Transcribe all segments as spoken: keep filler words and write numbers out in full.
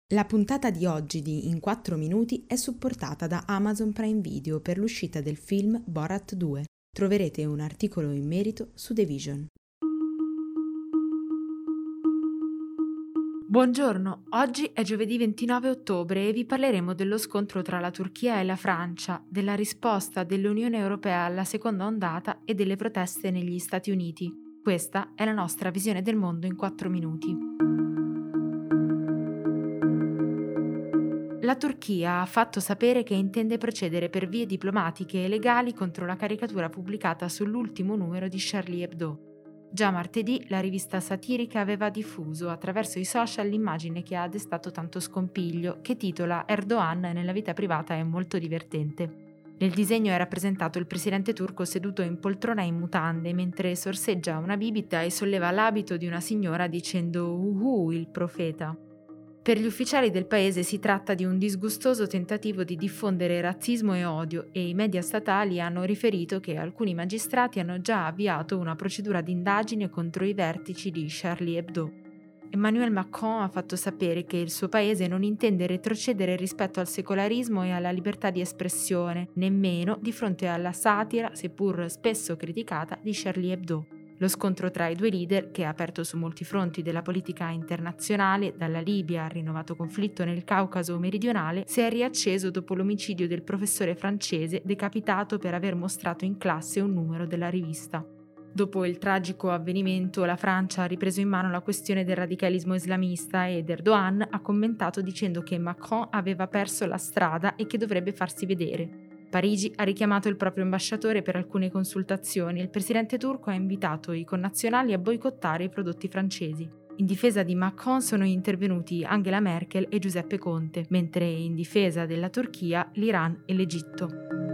La puntata di oggi di In quattro minuti è supportata da Amazon Prime Video per l'uscita del film Borat due. Troverete un articolo in merito su The Vision. Buongiorno, oggi è giovedì ventinove ottobre e vi parleremo dello scontro tra la Turchia e la Francia, della risposta dell'Unione Europea alla seconda ondata e delle proteste negli Stati Uniti. Questa è la nostra visione del mondo in quattro minuti. La Turchia ha fatto sapere che intende procedere per vie diplomatiche e legali contro la caricatura pubblicata sull'ultimo numero di Charlie Hebdo. Già martedì la rivista satirica aveva diffuso attraverso i social l'immagine che ha destato tanto scompiglio, che titola Erdogan nella vita privata è molto divertente. Nel disegno è rappresentato il presidente turco seduto in poltrona in mutande mentre sorseggia una bibita e solleva l'abito di una signora dicendo Uhu il profeta. Per gli ufficiali del paese si tratta di un disgustoso tentativo di diffondere razzismo e odio e i media statali hanno riferito che alcuni magistrati hanno già avviato una procedura d'indagine contro i vertici di Charlie Hebdo. Emmanuel Macron ha fatto sapere che il suo paese non intende retrocedere rispetto al secolarismo e alla libertà di espressione, nemmeno di fronte alla satira, seppur spesso criticata, di Charlie Hebdo. Lo scontro tra i due leader, che ha aperto su molti fronti della politica internazionale, dalla Libia al rinnovato conflitto nel Caucaso meridionale, si è riacceso dopo l'omicidio del professore francese decapitato per aver mostrato in classe un numero della rivista. Dopo il tragico avvenimento, la Francia ha ripreso in mano la questione del radicalismo islamista ed Erdogan ha commentato dicendo che Macron aveva perso la strada e che dovrebbe farsi vedere. Parigi ha richiamato il proprio ambasciatore per alcune consultazioni e il presidente turco ha invitato i connazionali a boicottare i prodotti francesi. In difesa di Macron sono intervenuti Angela Merkel e Giuseppe Conte, mentre in difesa della Turchia l'Iran e l'Egitto.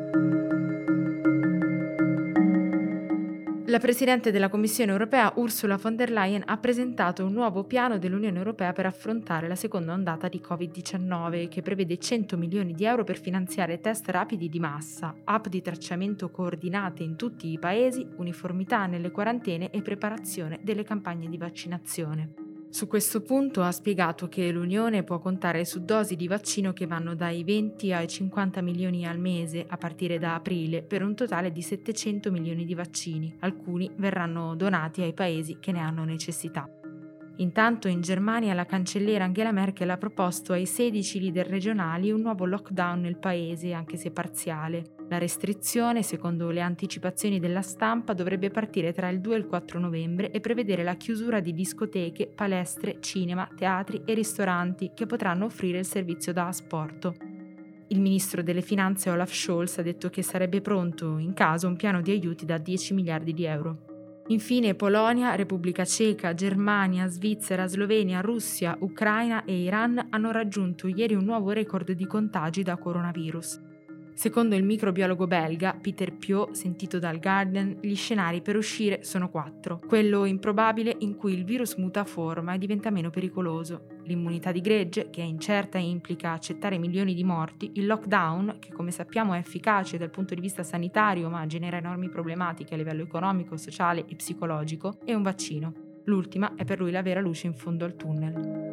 La Presidente della Commissione europea Ursula von der Leyen ha presentato un nuovo piano dell'Unione Europea per affrontare la seconda ondata di covid diciannove che prevede cento milioni di euro per finanziare test rapidi di massa, app di tracciamento coordinate in tutti i paesi, uniformità nelle quarantene e preparazione delle campagne di vaccinazione. Su questo punto ha spiegato che l'Unione può contare su dosi di vaccino che vanno dai venti ai cinquanta milioni al mese a partire da aprile per un totale di settecento milioni di vaccini. Alcuni verranno donati ai paesi che ne hanno necessità. Intanto in Germania la cancelliera Angela Merkel ha proposto ai sedici leader regionali un nuovo lockdown nel paese, anche se parziale. La restrizione, secondo le anticipazioni della stampa, dovrebbe partire tra il due e il quattro novembre e prevedere la chiusura di discoteche, palestre, cinema, teatri e ristoranti che potranno offrire il servizio da asporto. Il ministro delle finanze Olaf Scholz ha detto che sarebbe pronto, in caso, un piano di aiuti da dieci miliardi di euro. Infine Polonia, Repubblica Ceca, Germania, Svizzera, Slovenia, Russia, Ucraina e Iran hanno raggiunto ieri un nuovo record di contagi da coronavirus. Secondo il microbiologo belga Peter Piot, sentito dal Guardian, gli scenari per uscire sono quattro. Quello improbabile in cui il virus muta forma e diventa meno pericoloso. L'immunità di gregge, che è incerta e implica accettare milioni di morti. Il lockdown, che come sappiamo è efficace dal punto di vista sanitario ma genera enormi problematiche a livello economico, sociale e psicologico. E un vaccino. L'ultima è per lui la vera luce in fondo al tunnel.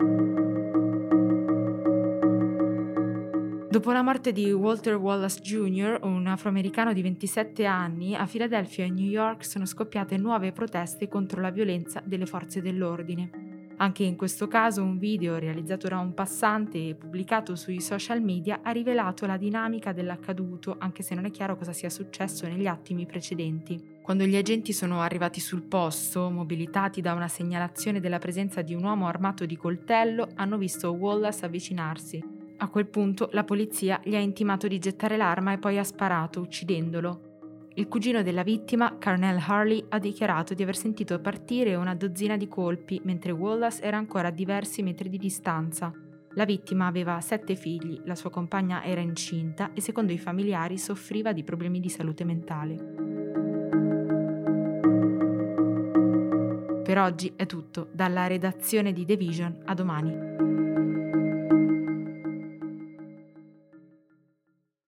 Dopo la morte di Walter Wallace junior, un afroamericano di ventisette anni, a Filadelfia e New York sono scoppiate nuove proteste contro la violenza delle forze dell'ordine. Anche in questo caso un video realizzato da un passante e pubblicato sui social media ha rivelato la dinamica dell'accaduto, anche se non è chiaro cosa sia successo negli attimi precedenti. Quando gli agenti sono arrivati sul posto, mobilitati da una segnalazione della presenza di un uomo armato di coltello, hanno visto Wallace avvicinarsi. A quel punto la polizia gli ha intimato di gettare l'arma e poi ha sparato, uccidendolo. Il cugino della vittima, Carnell Harley, ha dichiarato di aver sentito partire una dozzina di colpi mentre Wallace era ancora a diversi metri di distanza. La vittima aveva sette figli, la sua compagna era incinta e secondo i familiari soffriva di problemi di salute mentale. Per oggi è tutto, dalla redazione di The Vision, a domani.